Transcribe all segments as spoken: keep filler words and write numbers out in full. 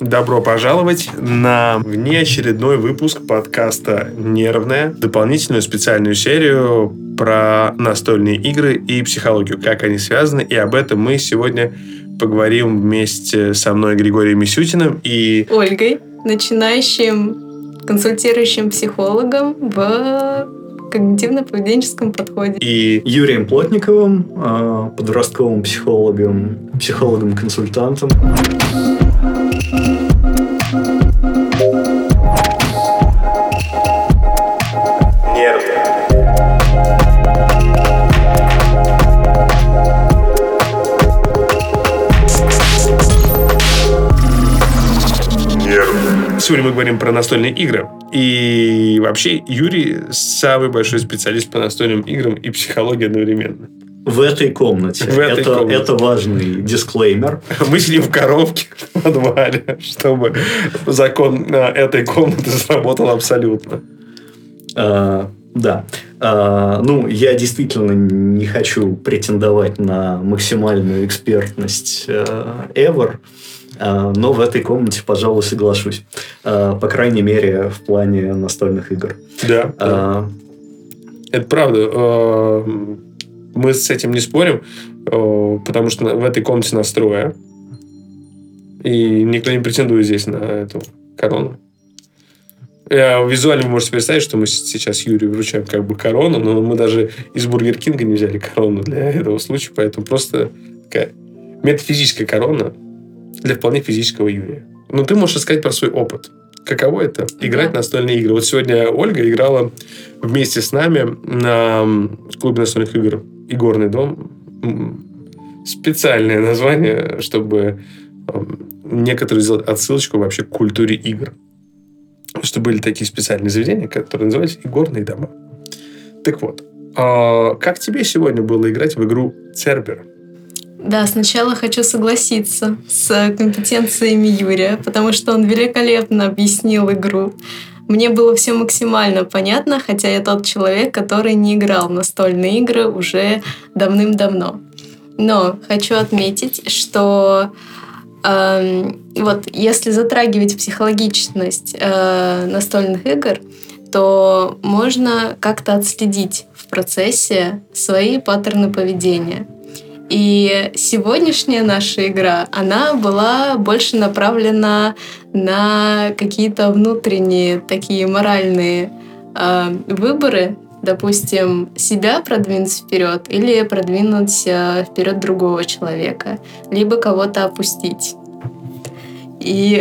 Добро пожаловать на внеочередной выпуск подкаста «Нервная», дополнительную специальную серию про настольные игры и психологию, как они связаны, и об этом мы сегодня поговорим вместе со мной, Григорием Мисютиным и Ольгой, начинающим консультирующим психологом в когнитивно-поведенческом подходе. И Юрием Плотниковым, подростковым психологом, психологом-консультантом. Сегодня мы говорим про настольные игры. И вообще Юрий самый большой специалист по настольным играм и психологии одновременно. В этой комнате. В этой это, комнате. это важный дисклеймер. Мы сидим в коробке в подвале, чтобы закон этой комнаты сработал абсолютно. А, да. А, ну, я действительно не хочу претендовать на максимальную экспертность uh, ever. Но в этой комнате, пожалуй, соглашусь. По крайней мере, в плане настольных игр. Да. А... Это правда. Мы с этим не спорим, потому что в этой комнате нас трое. И никто не претендует здесь на эту корону. Визуально вы можете представить, что мы сейчас Юрию вручаем как бы корону, но мы даже из Бургер Кинга не взяли корону для этого случая, поэтому просто такая метафизическая корона для вполне физического Юрия. Но ты можешь рассказать про свой опыт. Каково это? Играть в да. настольные игры. Вот сегодня Ольга играла вместе с нами на клубе настольных игр «Игорный дом». Специальное название, чтобы некоторые сделать отсылочку вообще к культуре игр. Что были такие специальные заведения, которые назывались «Игорные дома». Так вот, как тебе сегодня было играть в игру «Цербер»? Да, сначала хочу согласиться с компетенциями Юрия, потому что он великолепно объяснил игру. Мне было все максимально понятно, хотя я тот человек, который не играл в настольные игры уже давным-давно. Но хочу отметить, что э, вот если затрагивать психологичность э, настольных игр, то можно как-то отследить в процессе свои паттерны поведения. И сегодняшняя наша игра, она была больше направлена на какие-то внутренние такие моральные э, выборы. Допустим, себя продвинуть вперед или продвинуть э, вперед другого человека, либо кого-то опустить. И...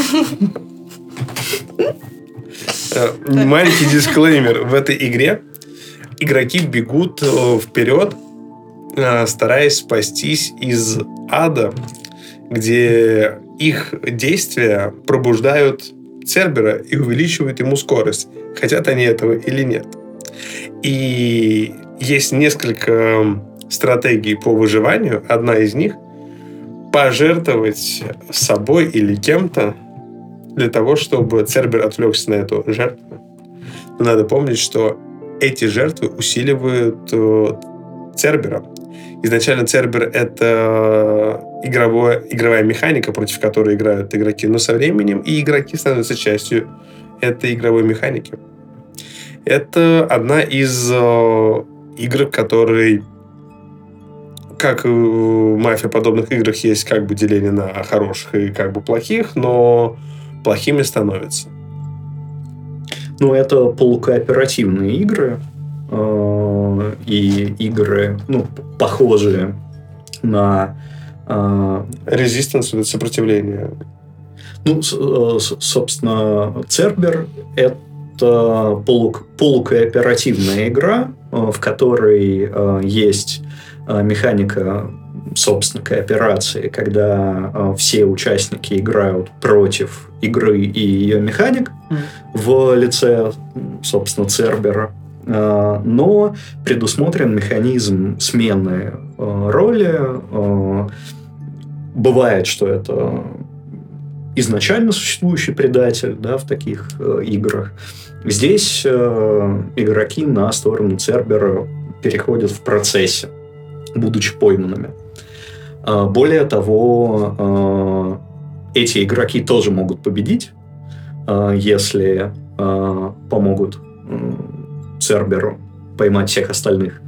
Маленький дисклеймер. В этой игре игроки бегут вперед, стараясь спастись из ада, где их действия пробуждают Цербера и увеличивают ему скорость. Хотят они этого или нет. И есть несколько стратегий по выживанию. Одна из них – пожертвовать собой или кем-то для того, чтобы Цербер отвлекся на эту жертву. Но надо помнить, что эти жертвы усиливают Цербера. Изначально Цербер — это игровое, игровая механика, против которой играют игроки, но со временем и игроки становятся частью этой игровой механики. Это одна из э, игр, в которой, как и в мафия-подобных играх, есть как бы деление на хороших и как бы плохих, но плохими становятся. Ну, это полукооперативные игры. И игры, ну, похожие на... Резистанс, это сопротивление. Ну, собственно, Цербер — это полукооперативная игра, в которой есть механика, собственно, кооперации, когда все участники играют против игры и ее механик mm. в лице, собственно, Цербера. Но предусмотрен механизм смены роли. Бывает, что это изначально существующий предатель, да, в таких играх. Здесь игроки на сторону Цербера переходят в процессе, будучи пойманными. Более того, эти игроки тоже могут победить, если помогут Церберу поймать всех остальных.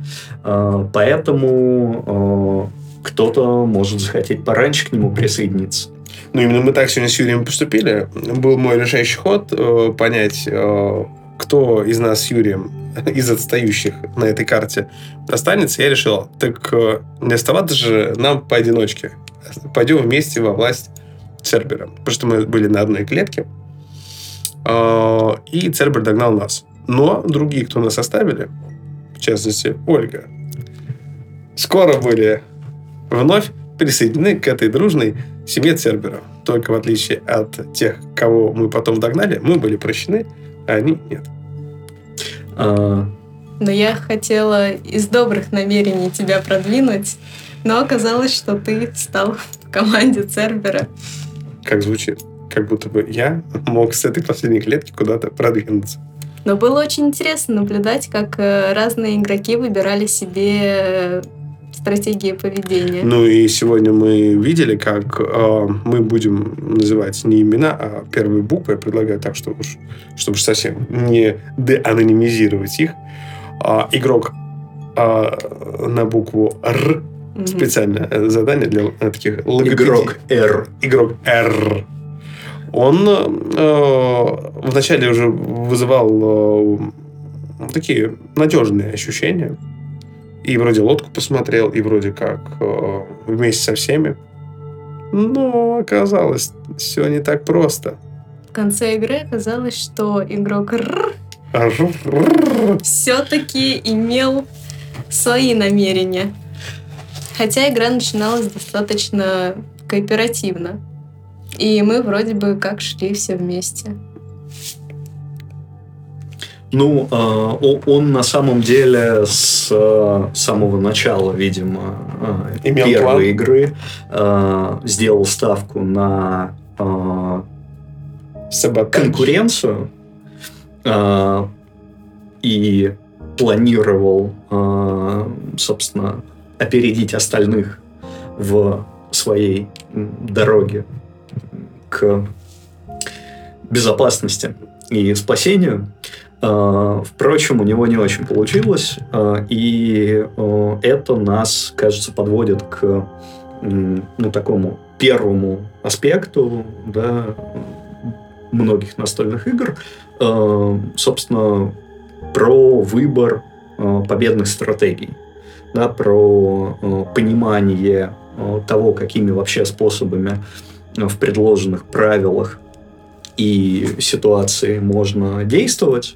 Поэтому кто-то может захотеть пораньше к нему присоединиться. Ну, именно мы так сегодня с Юрием поступили. Был мой решающий ход э, понять, э, кто из нас с Юрием, из отстающих на этой карте, останется. Я решил, так э, не оставаться же нам поодиночке. Пойдем вместе во власть Цербера. Потому что мы были на одной клетке. Э, и Цербер догнал нас. Но другие, кто нас оставили, в частности, Ольга, скоро были вновь присоединены к этой дружной семье Цербера. Только в отличие от тех, кого мы потом догнали, мы были прощены, а они нет. А... Но я хотела из добрых намерений тебя продвинуть, но оказалось, что ты стал в команде Цербера. Как звучит? Как будто бы я мог с этой последней клетки куда-то продвинуться. Но было очень интересно наблюдать, как разные игроки выбирали себе стратегии поведения. Ну и сегодня мы видели, как э, мы будем называть не имена, а первые буквы. Я предлагаю так, чтобы уж, чтобы уж совсем не деанонимизировать их. Э, игрок э, на букву Р. Mm-hmm. Специальное задание для э, таких логопедий. Игрок Р. Игрок Р. Он э, вначале уже вызывал э, такие надежные ощущения. И вроде лодку посмотрел, и вроде как э, вместе со всеми. Но оказалось, все не так просто. В конце игры оказалось, что игрок Р все-таки имел свои намерения. Хотя игра начиналась достаточно кооперативно. И мы вроде бы как шли все вместе. Ну, он на самом деле с самого начала, видимо, Имел первой план. игры сделал ставку на Саботаж. конкуренцию и планировал, собственно, опередить остальных в своей дороге к безопасности и спасению. Впрочем, у него не очень получилось, и это нас, кажется, подводит к ну, такому первому аспекту, да, многих настольных игр, собственно, про выбор победных стратегий, да, про понимание того, какими вообще способами в предложенных правилах и ситуации можно действовать.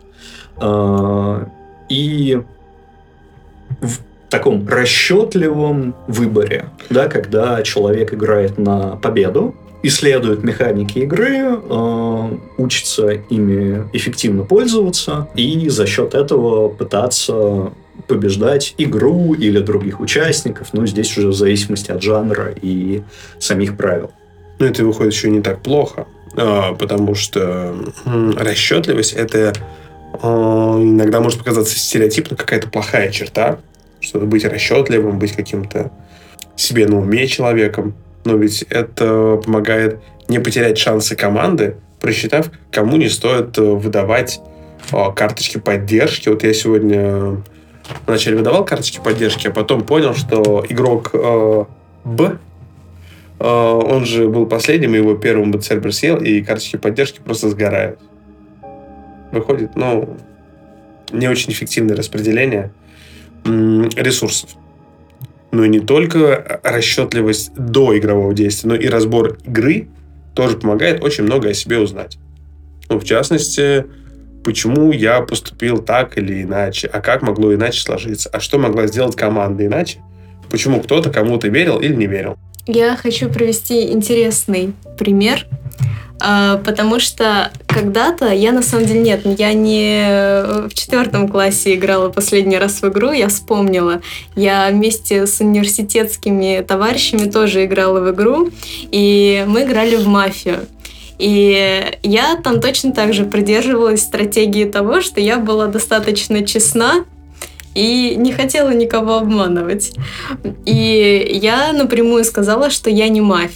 И в таком расчетливом выборе, да, когда человек играет на победу, исследует механики игры, учится ими эффективно пользоваться и за счет этого пытаться побеждать игру или других участников, ну, здесь уже в зависимости от жанра и самих правил. Ну, это выходит еще не так плохо, потому что расчетливость – это иногда может показаться стереотипно какая-то плохая черта, что быть расчетливым, быть каким-то себе на уме человеком. Но ведь это помогает не потерять шансы команды, просчитав, кому не стоит выдавать карточки поддержки. Вот я сегодня вначале выдавал карточки поддержки, а потом понял, что игрок Б, он же был последним, его первым Цербер съел, и карточки поддержки просто сгорают. Выходит, ну, не очень эффективное распределение ресурсов. Ну и не только расчетливость до игрового действия, но и разбор игры тоже помогает очень много о себе узнать. Ну, в частности, почему я поступил так или иначе, а как могло иначе сложиться, а что могла сделать команда иначе, почему кто-то кому-то верил или не верил. Я хочу привести интересный пример, потому что когда-то, я на самом деле нет, я не в четвертом классе играла последний раз в игру, я вспомнила. Я вместе с университетскими товарищами тоже играла в игру, и мы играли в мафию. И я там точно так же придерживалась стратегии того, что я была достаточно честна и не хотела никого обманывать. И я напрямую сказала, что я не мафия.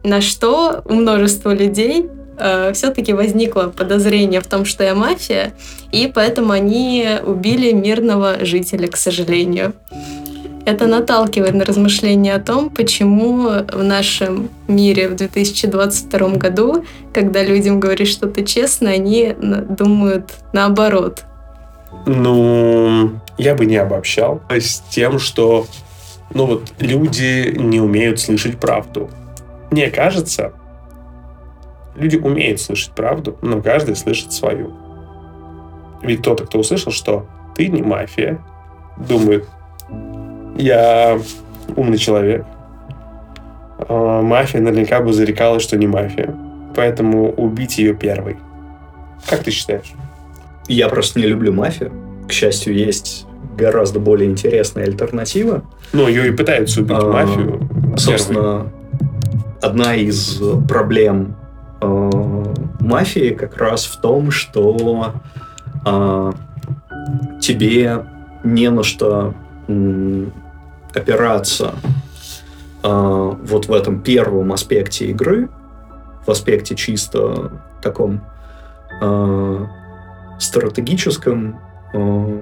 На что у множества людей э, все-таки возникло подозрение в том, что я мафия, и поэтому они убили мирного жителя, к сожалению. Это наталкивает на размышления о том, почему в нашем мире в две тысячи двадцать втором году, когда людям говоришь что-то честно, они думают наоборот. Ну, я бы не обобщал с тем, что ну, вот, люди не умеют слышать правду. Мне кажется, люди умеют слышать правду, но каждый слышит свою. Ведь кто-то, кто услышал, что ты не мафия, думает, я умный человек. А мафия наверняка бы зарекалась, что не мафия. Поэтому убить ее первой. Как ты считаешь? Я просто не люблю мафию. К счастью, есть гораздо более интересная альтернатива. Ну, ее и пытаются убить, а, мафию. Собственно, одна из проблем э, мафии как раз в том, что э, тебе не на что м, опираться э, вот в этом первом аспекте игры, в аспекте чисто таком э, стратегическом, э,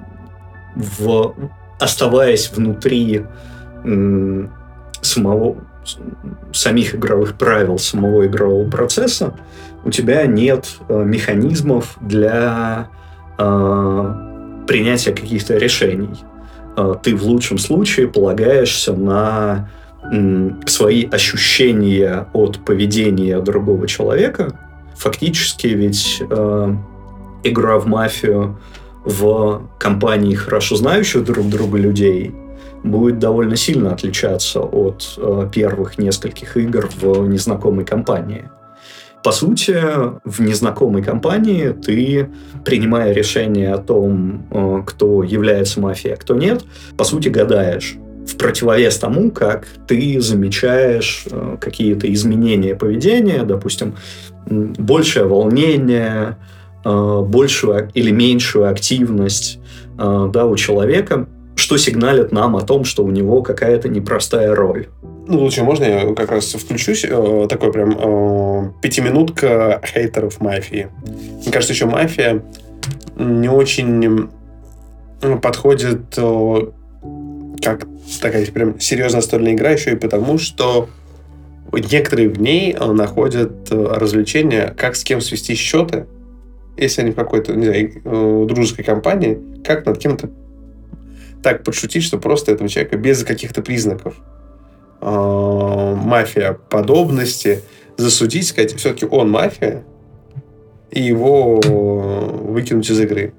в, оставаясь внутри э, самого, самих игровых правил, самого игрового процесса, у тебя нет э, механизмов для э, принятия каких-то решений. Э, ты в лучшем случае полагаешься на э, свои ощущения от поведения другого человека. Фактически ведь э, игра в мафию в компании хорошо знающих друг друга людей будет довольно сильно отличаться от э, первых нескольких игр в незнакомой компании. По сути, в незнакомой компании ты, принимая решение о том, э, кто является мафией, а кто нет, по сути, гадаешь. В противовес тому, как ты замечаешь э, какие-то изменения поведения, допустим, большее волнение, э, большую или меньшую активность э, да, у человека, что сигналит нам о том, что у него какая-то непростая роль. Ну, лучше можно я как раз включусь? Э, такой прям э, пятиминутка хейтеров мафии. Мне кажется, еще мафия не очень подходит э, как такая прям серьезная настольная игра, еще и потому, что некоторые в ней находят развлечения, как с кем свести счеты, если они в какой-то, не знаю, дружеской компании, как над кем-то так подшутить, что просто этого человека без каких-то признаков э, мафия подобности засудить, сказать, все-таки он мафия, и его выкинуть из игры.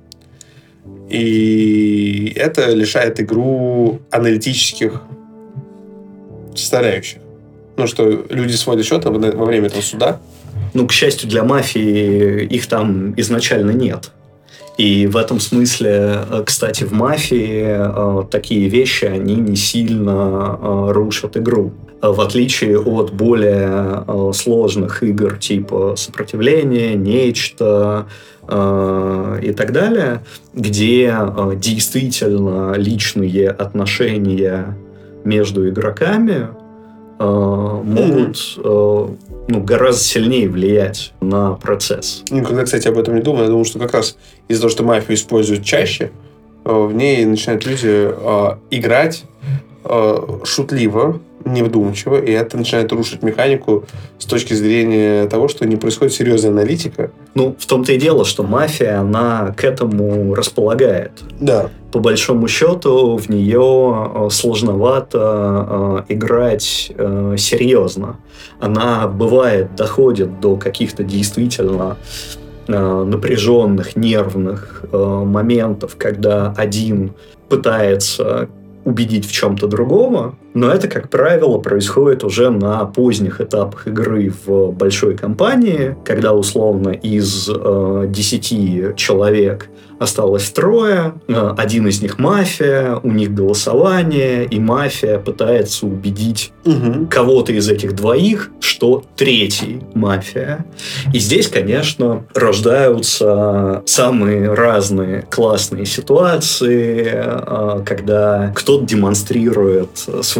И это лишает игру аналитических составляющих. Ну, что люди сводят счеты во время этого суда. Ну, к счастью для мафии, их там изначально нет. И в этом смысле, кстати, в мафии такие вещи, они не сильно рушат игру. В отличие от более сложных игр типа «Сопротивление», «Нечто» и так далее, где действительно личные отношения между игроками могут mm-hmm. ну, гораздо сильнее влиять на процесс. Ну, когда, кстати, об этом не думаю, я думаю, что как раз из-за того, что мафию используют чаще, в ней начинают люди играть шутливо, невдумчиво, и это начинает рушить механику с точки зрения того, что не происходит серьезная аналитика. Ну, в том-то и дело, что мафия, она к этому располагает. Да. По большому счету, в нее сложновато э, играть э, серьезно. Она, бывает, доходит до каких-то действительно э, напряженных, нервных э, моментов, когда один пытается убедить в чем-то другого, но это, как правило, происходит уже на поздних этапах игры в большой компании, когда, условно, из э, десяти человек осталось трое, э, один из них мафия, у них голосование, и мафия пытается убедить угу. кого-то из этих двоих, что третий мафия. И здесь, конечно, рождаются самые разные классные ситуации, э, когда кто-то демонстрирует свои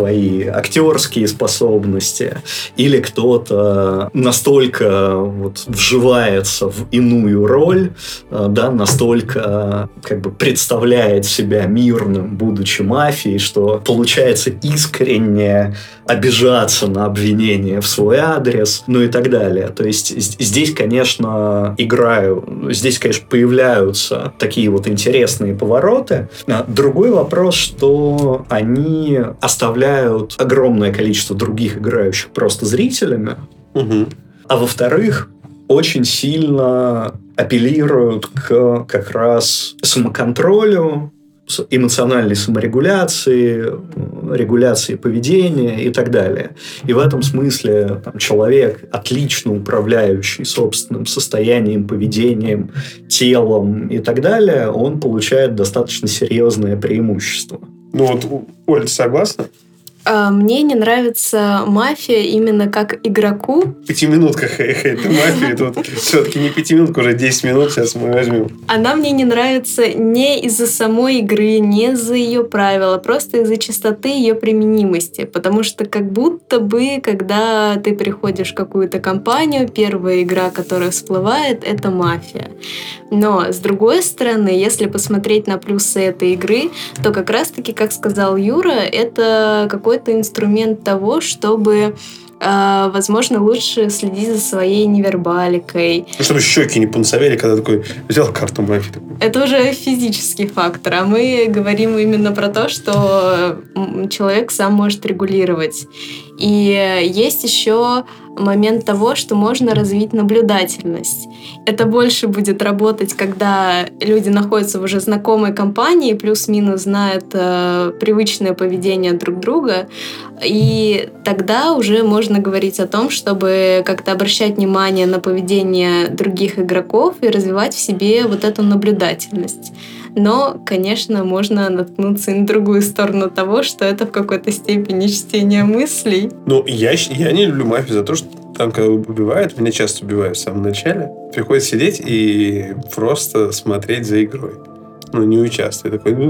свои актерские способности, или кто-то настолько вот вживается в иную роль, да, настолько как бы представляет себя мирным, будучи мафией, что получается искренне обижаться на обвинения в свой адрес, ну и так далее. То есть здесь, конечно, играю, здесь, конечно, появляются такие вот интересные повороты. Другой вопрос, что они оставляют огромное количество других играющих просто зрителями, угу. А во-вторых, очень сильно апеллируют к как раз самоконтролю, эмоциональной саморегуляции, регуляции поведения и так далее. И в этом смысле там, человек, отлично управляющий собственным состоянием, поведением, телом и так далее, он получает достаточно серьезное преимущество. Ну вот, Оль, ты согласна? Мне не нравится мафия именно как игроку. Пятиминутка хейт мафии. Тут все-таки не пятиминутка, уже десять минут сейчас мы возьмем. Она мне не нравится не из-за самой игры, не из-за ее правила, просто из-за чистоты ее применимости. Потому что как будто бы, когда ты приходишь в какую-то компанию, первая игра, которая всплывает, это мафия. Но, с другой стороны, если посмотреть на плюсы этой игры, то как раз-таки, как сказал Юра, это какой-то инструмент того, чтобы, э, возможно, лучше следить за своей невербаликой. Чтобы щеки не пунцовели, когда такой взял карту мафии. Это уже физический фактор, а мы говорим именно про то, что человек сам может регулировать. И есть еще момент того, что можно развить наблюдательность. Это больше будет работать, когда люди находятся в уже знакомой компании, плюс-минус знают э, привычное поведение друг друга, и тогда уже можно говорить о том, чтобы как-то обращать внимание на поведение других игроков и развивать в себе вот эту наблюдательность. Но, конечно, можно наткнуться и на другую сторону того, что это в какой-то степени чтение мыслей. Ну, я, я не люблю мафию за то, что там, когда убивают, меня часто убивают в самом начале, приходится сидеть и просто смотреть за игрой. Ну, не участвовать. Такой...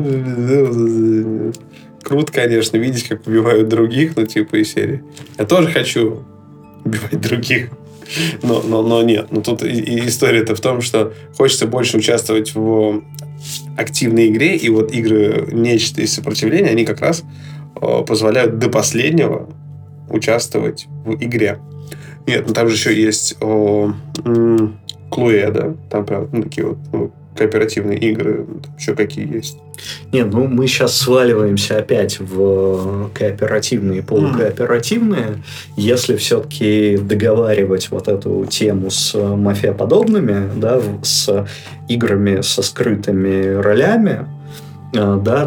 Круто, конечно, видеть, как убивают других, ну, типа, из серии. Я тоже хочу убивать других. Но, но, но нет. Но тут и, и история-то в том, что хочется больше участвовать в активной игре, и вот игры «Нечто» и «Сопротивление», они как раз э, позволяют до последнего участвовать в игре. Нет, ну там же еще есть о, м, Cluedo, там прям ну, такие вот ну, кооперативные игры, там еще какие есть. Нет, ну мы сейчас сваливаемся опять в кооперативные и полукооперативные. Mm. Если все-таки договаривать вот эту тему с мафиоподобными, да, с играми со скрытыми ролями, да,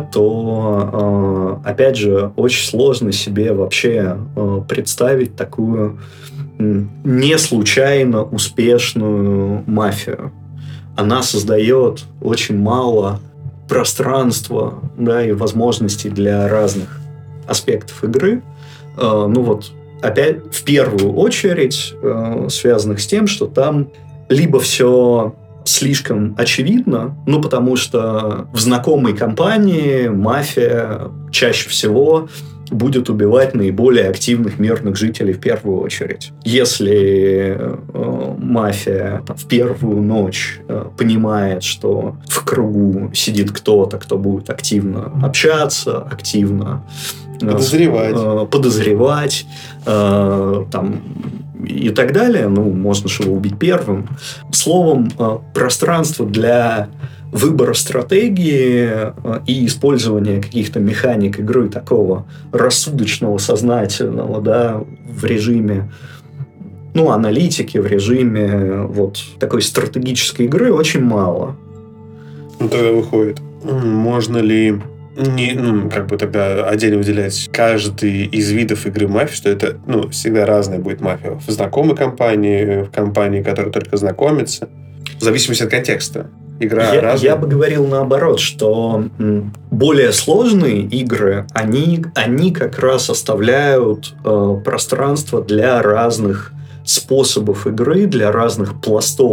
то, опять же, очень сложно себе вообще представить такую не случайно успешную мафию. Она создает очень мало пространства, да, и возможностей для разных аспектов игры. Ну вот, опять, в первую очередь, связанных с тем, что там либо все слишком очевидно, ну, потому что в знакомой компании мафия чаще всего будет убивать наиболее активных мирных жителей в первую очередь. Если э, мафия там, в первую ночь э, понимает, что в кругу сидит кто-то, кто будет активно общаться, активно э, подозревать, э, подозревать э, там, и так далее, ну, можно же его убить первым. Словом, э, пространство для выбора стратегии и использования каких-то механик игры такого рассудочного, сознательного, да, в режиме, ну, аналитики, в режиме вот такой стратегической игры очень мало. Ну, тогда выходит, можно ли не, ну, как бы тогда отдельно выделять каждый из видов игры мафии, что это, ну, всегда разная будет мафия. В знакомой компании, в компании, которая только знакомится, в зависимости от контекста. Игра я, я бы говорил наоборот, что более сложные игры, они, они как раз оставляют э, пространство для разных способов игры, для разных пластов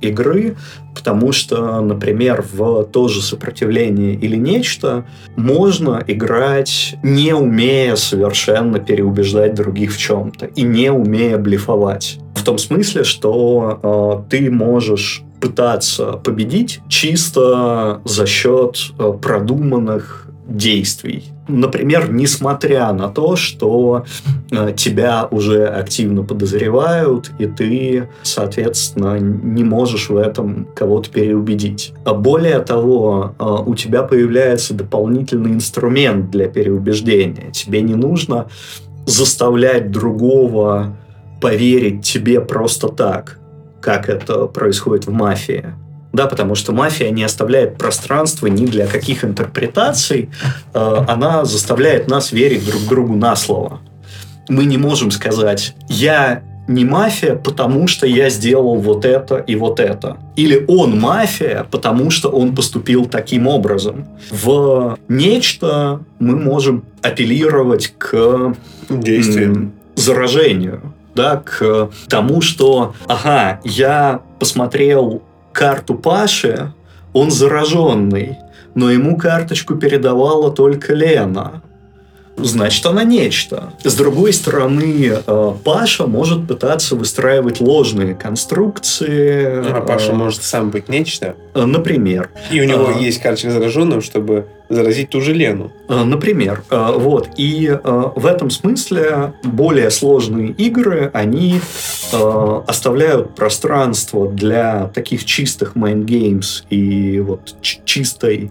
игры, потому что, например, в то же «Сопротивление» или «Нечто» можно играть, не умея совершенно переубеждать других в чем-то и не умея блефовать. В том смысле, что э, ты можешь пытаться победить чисто за счет э, продуманных действий. Например, несмотря на то, что э, тебя уже активно подозревают, и ты, соответственно, не можешь в этом кого-то переубедить. А более того, э, у тебя появляется дополнительный инструмент для переубеждения. Тебе не нужно заставлять другого поверить тебе просто так, как это происходит в «Мафии». Да, потому что «Мафия» не оставляет пространства ни для каких интерпретаций. Она заставляет нас верить друг другу на слово. Мы не можем сказать «я не мафия, потому что я сделал вот это и вот это». Или «он мафия, потому что он поступил таким образом». В «Нечто» мы можем апеллировать к действию, заражению. Да, к тому, что ага, я посмотрел карту Паши, он зараженный, но ему карточку передавала только Лена. Значит, она нечто. С другой стороны, Паша может пытаться выстраивать ложные конструкции. А Паша может сам быть нечто. Например. И у него а, есть карточка зараженным, чтобы заразить ту же Лену. Например. Вот. И в этом смысле более сложные игры, они оставляют пространство для таких чистых mind games и вот чистой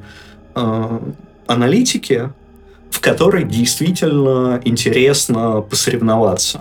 аналитики, в которой действительно интересно посоревноваться.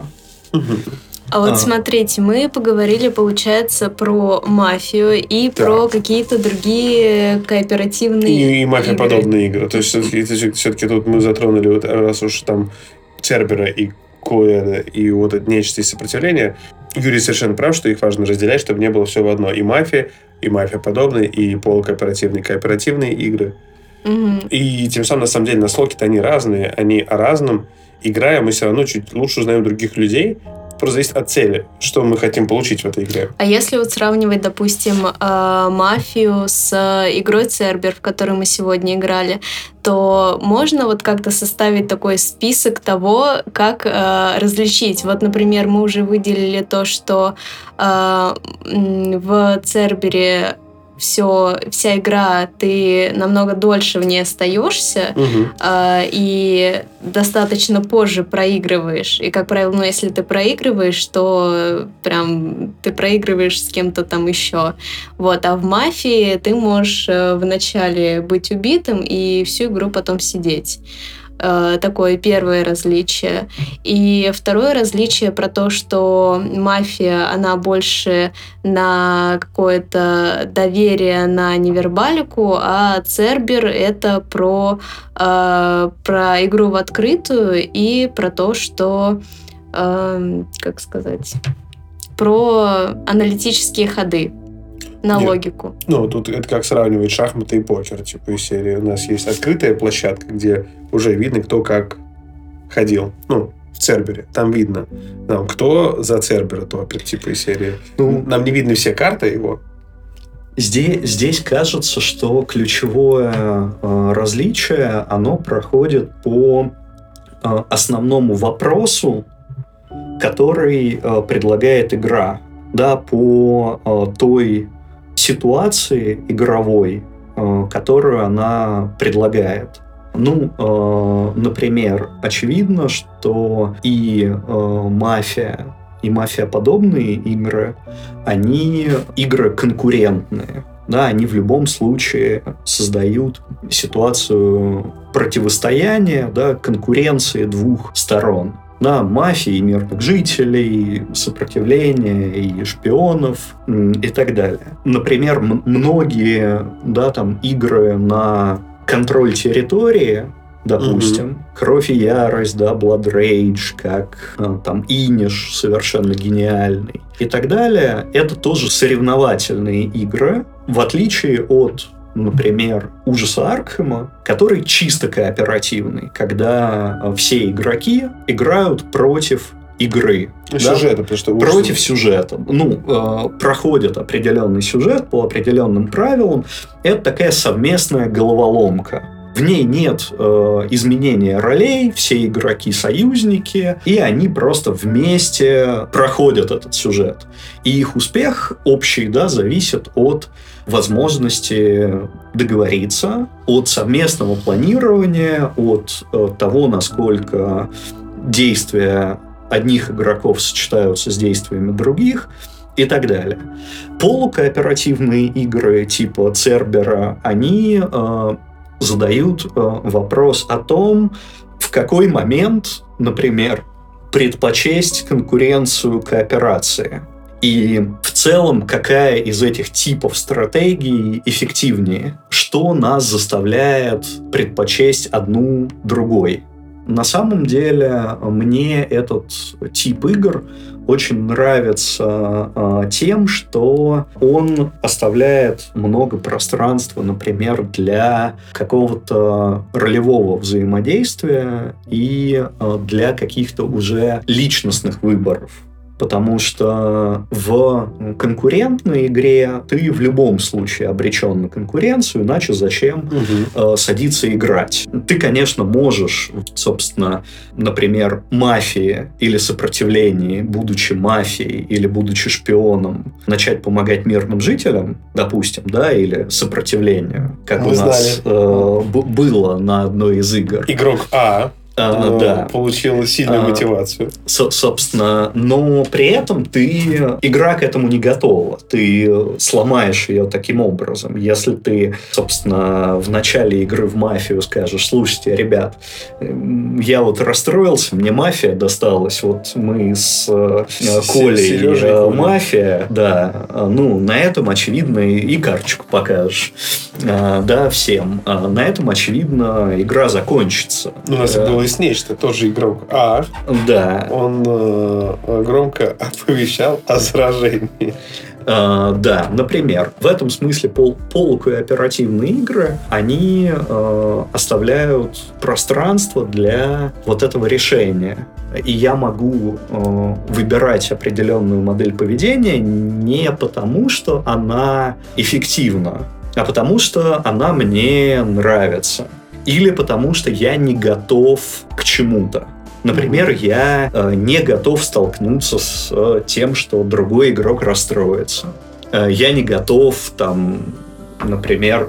А вот а. смотрите, мы поговорили, получается, про «Мафию» и так. про какие-то другие кооперативные и, и игры. мафия-подобные игры. То есть, все-таки, все-таки тут мы затронули, вот, раз уж там Цербера и Коэна, и вот это «Нечто» и «Сопротивление». Юрий совершенно прав, что их важно разделять, чтобы не было все в одно. И «Мафия», и «Мафия-подобные», и полукооперативные, кооперативные игры. Угу. И тем самым, на самом деле, наслоки-то они разные, они о разном. Играя, мы все равно чуть лучше узнаем других людей. Просто зависит от цели, что мы хотим получить в этой игре. А если вот сравнивать, допустим, «Мафию» с игрой «Цербер», в которой мы сегодня играли, то можно вот как-то составить такой список того, как э, различить. Вот, например, мы уже выделили то, что э, в «Цербере» все, вся игра, ты намного дольше в ней остаешься, угу. э, и достаточно позже проигрываешь. И, как правило, ну, если ты проигрываешь, то прям ты проигрываешь с кем-то там еще. Вот. А в «Мафии» ты можешь э, вначале быть убитым и всю игру потом сидеть. Такое первое различие. И второе различие про то, что «Мафия», она больше на какое-то доверие, на невербалику, а «Цербер» — это про, э, про игру в открытую и про то, что, э, как сказать, про аналитические ходы. На Нет. логику. Ну, тут это как сравнивать шахматы и покер, типа, из серии. У нас есть открытая площадка, где уже видно, кто как ходил. Ну, в Цербере. Там видно, нам, кто за Цербера топит, типа, из серии. Ну, нам не видны все карты его. Здесь, здесь кажется, что ключевое э, различие, оно проходит по э, основному вопросу, который э, предлагает игра. Да, по э, той ситуации игровой, э, которую она предлагает. Ну, э, например, очевидно, что и э, «Мафия», и «Мафия-подобные» игры, они игры конкурентные. Да, они в любом случае создают ситуацию противостояния, да, конкуренции двух сторон. Да, мафии, мирных жителей, сопротивления и шпионов и так далее. Например, м- многие, да, там, игры на контроль территории, допустим, mm-hmm. «Кровь и ярость», да, «Blood Rage», как там «Иниш», совершенно гениальный и так далее, это тоже соревновательные игры, в отличие от, например, «Ужаса Аркхема», который чисто кооперативный, когда все игроки играют против игры. Сюжета, да? потому что Против сюжета. Ну, э, проходит определенный сюжет по определенным правилам. Это такая совместная головоломка. В ней нет э, изменения ролей, все игроки союзники, и они просто вместе проходят этот сюжет. И их успех общий, да, зависит от возможности договориться, от совместного планирования, от э, того, насколько действия одних игроков сочетаются с действиями других и так далее. Полукооперативные игры типа Цербера, они э, задают э, вопрос о том, в какой момент, например, предпочесть конкуренцию кооперации. И в целом, какая из этих типов стратегий эффективнее? Что нас заставляет предпочесть одну другой? На самом деле, мне этот тип игр очень нравится э, тем, что он оставляет много пространства, например, для какого-то ролевого взаимодействия и э, для каких-то уже личностных выборов. Потому что в конкурентной игре ты в любом случае обречен на конкуренцию, иначе зачем угу. э, садиться играть? Ты, конечно, можешь, собственно, например, мафии или сопротивлении, будучи мафией или будучи шпионом, начать помогать мирным жителям, допустим, да, или сопротивлению, как Вы у нас э, б- было на одной из игр. Игрок А. А, да. Получил сильную а, мотивацию. Со- собственно, но при этом ты, игра к этому не готова. Ты сломаешь ее таким образом. Если ты, собственно, в начале игры в мафию скажешь: слушайте, ребят, я вот расстроился, мне мафия досталась, вот мы с Колей Сережей мафия, да, ну, на этом, очевидно, и карточку покажешь, да, всем. На этом, очевидно, игра закончится. У нас было есть нечто, тот же игрок А. Да. Он э, громко оповещал о заражении. Uh, да, например, в этом смысле пол, полукооперативные игры, они uh, оставляют пространство для вот этого решения. И я могу uh, выбирать определенную модель поведения не потому, что она эффективна, а потому, что она мне нравится. Или потому, что я не готов к чему-то. Например, я э, не готов столкнуться с э, тем, что другой игрок расстроится. Э, я не готов, там, например,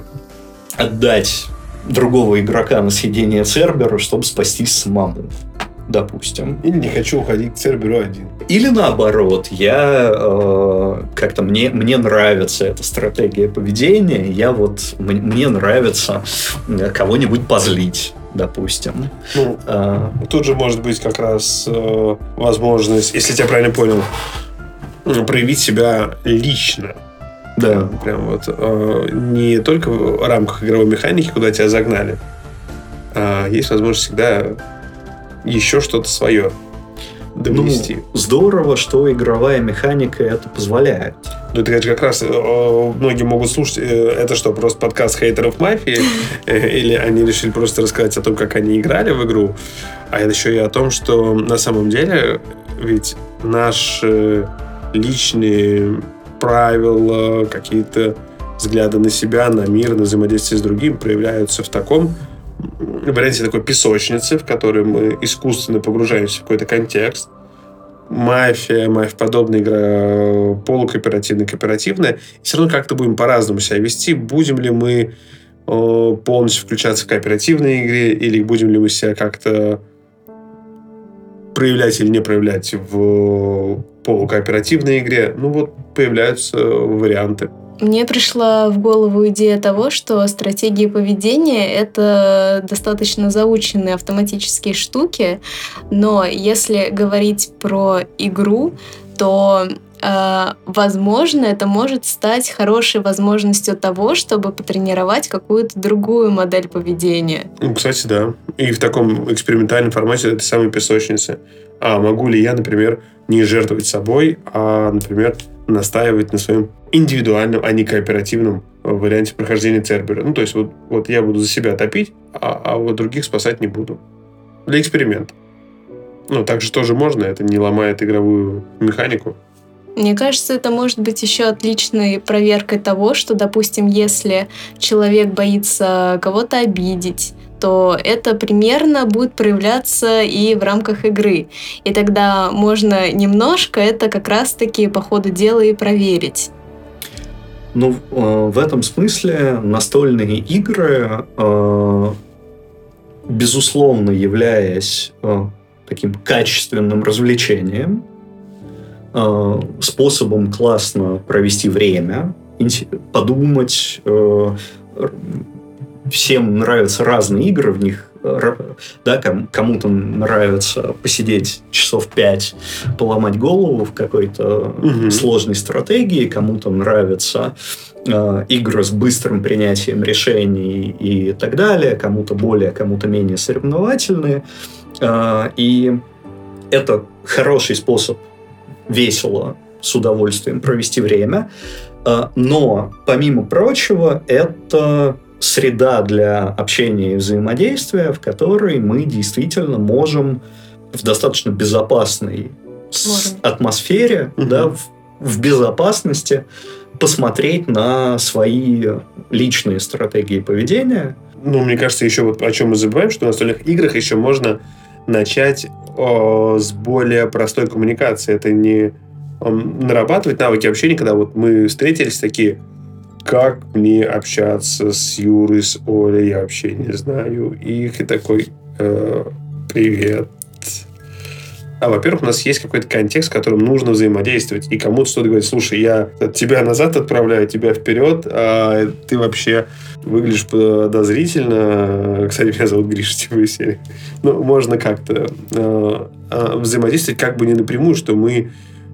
отдать другого игрока на съедение Церберу, чтобы спастись самому. Допустим. Или не хочу уходить к Церберу один. Или наоборот, я э, как-то мне, мне нравится эта стратегия поведения, я вот м- мне нравится кого-нибудь позлить, допустим. Ну, а, тут же может быть как раз э, возможность, если я тебя правильно понял, проявить себя лично. Да. Прям вот э, не только в рамках игровой механики, куда тебя загнали, а есть возможность всегда еще что-то свое довести. Ну, здорово, что игровая механика это позволяет. Ну, это как раз э, многие могут слушать, э, это что, просто подкаст хейтеров мафии? Э, или они решили просто рассказать о том, как они играли в игру? А это еще и о том, что на самом деле ведь наши личные правила, какие-то взгляды на себя, на мир, на взаимодействие с другим проявляются в таком варианте такой песочницы, в которой мы искусственно погружаемся в какой-то контекст. Мафия, мафия-подобная игра, полукооперативная, кооперативная. И все равно как-то будем по-разному себя вести. Будем ли мы э, полностью включаться в кооперативной игре, или будем ли мы себя как-то проявлять или не проявлять в полукооперативной игре. Ну вот появляются варианты. Мне пришла в голову идея того, что стратегии поведения — это достаточно заученные автоматические штуки, но если говорить про игру, то, э, возможно, это может стать хорошей возможностью того, чтобы потренировать какую-то другую модель поведения. Ну, кстати, да. И в таком экспериментальном формате этой самой песочницы. А могу ли я, например, не жертвовать собой, а, например, настаивать на своем индивидуальном, а не кооперативном варианте прохождения Цербера. Ну, то есть, вот, вот я буду за себя топить, а, а вот других спасать не буду. Для эксперимента. Ну, так же тоже можно, это не ломает игровую механику. Мне кажется, это может быть еще отличной проверкой того, что, допустим, если человек боится кого-то обидеть, то это примерно будет проявляться и в рамках игры. И тогда можно немножко это как раз-таки по ходу дела и проверить. Ну, в этом смысле настольные игры, безусловно, являясь таким качественным развлечением, способом классно провести время, подумать. Всем нравятся разные игры, в них, да, кому-то нравится посидеть часов пять, поломать голову в какой-то угу. сложной стратегии, кому-то нравятся э, игры с быстрым принятием решений и так далее, кому-то более, кому-то менее соревновательные. Э, и это хороший способ весело, с удовольствием провести время. Э, но, помимо прочего, это среда для общения и взаимодействия, в которой мы действительно можем в достаточно безопасной атмосфере, угу. да, в, в безопасности посмотреть на свои личные стратегии поведения. Ну, мне кажется, еще вот о чем мы забываем, что в настольных играх еще можно начать о, с более простой коммуникации. Это не о, нарабатывать навыки общения, когда вот мы встретились такие: как мне общаться с Юрой, с Олей, я вообще не знаю их. И такой, э, привет. А, во-первых, у нас есть какой-то контекст, с которым нужно взаимодействовать. И кому-то что-то говорит: слушай, я тебя назад отправляю, тебя вперед, а ты вообще выглядишь подозрительно. Кстати, меня зовут Гриша, типа из серии. Ну, можно как-то э, э, взаимодействовать как бы не напрямую, что мы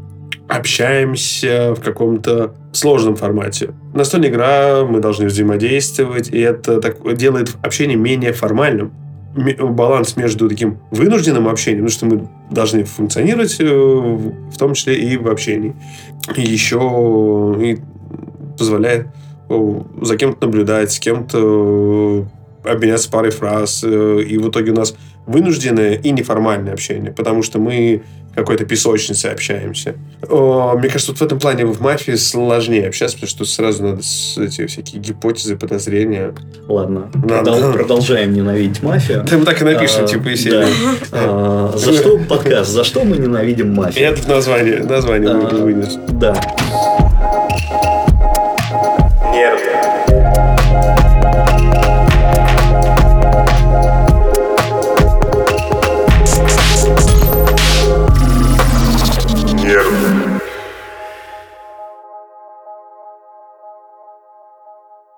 общаемся в каком-то сложном формате. Настольная игра, мы должны взаимодействовать, и это так, делает общение менее формальным. Баланс между таким вынужденным общением, потому что мы должны функционировать, в том числе и в общении. И еще и позволяет за кем-то наблюдать, с кем-то обменяться парой фраз. И в итоге у нас вынужденное и неформальное общение, потому что мы в какой-то песочнице общаемся. О, мне кажется, вот в этом плане в мафии сложнее общаться, потому что сразу надо эти всякие гипотезы, подозрения. Ладно, Продол- продолжаем ненавидеть мафию. Да, мы так и напишем, а, типа, из серии. Да. А, за что подкаст? За что мы ненавидим мафию? Я тут название, название а, вынес. Да.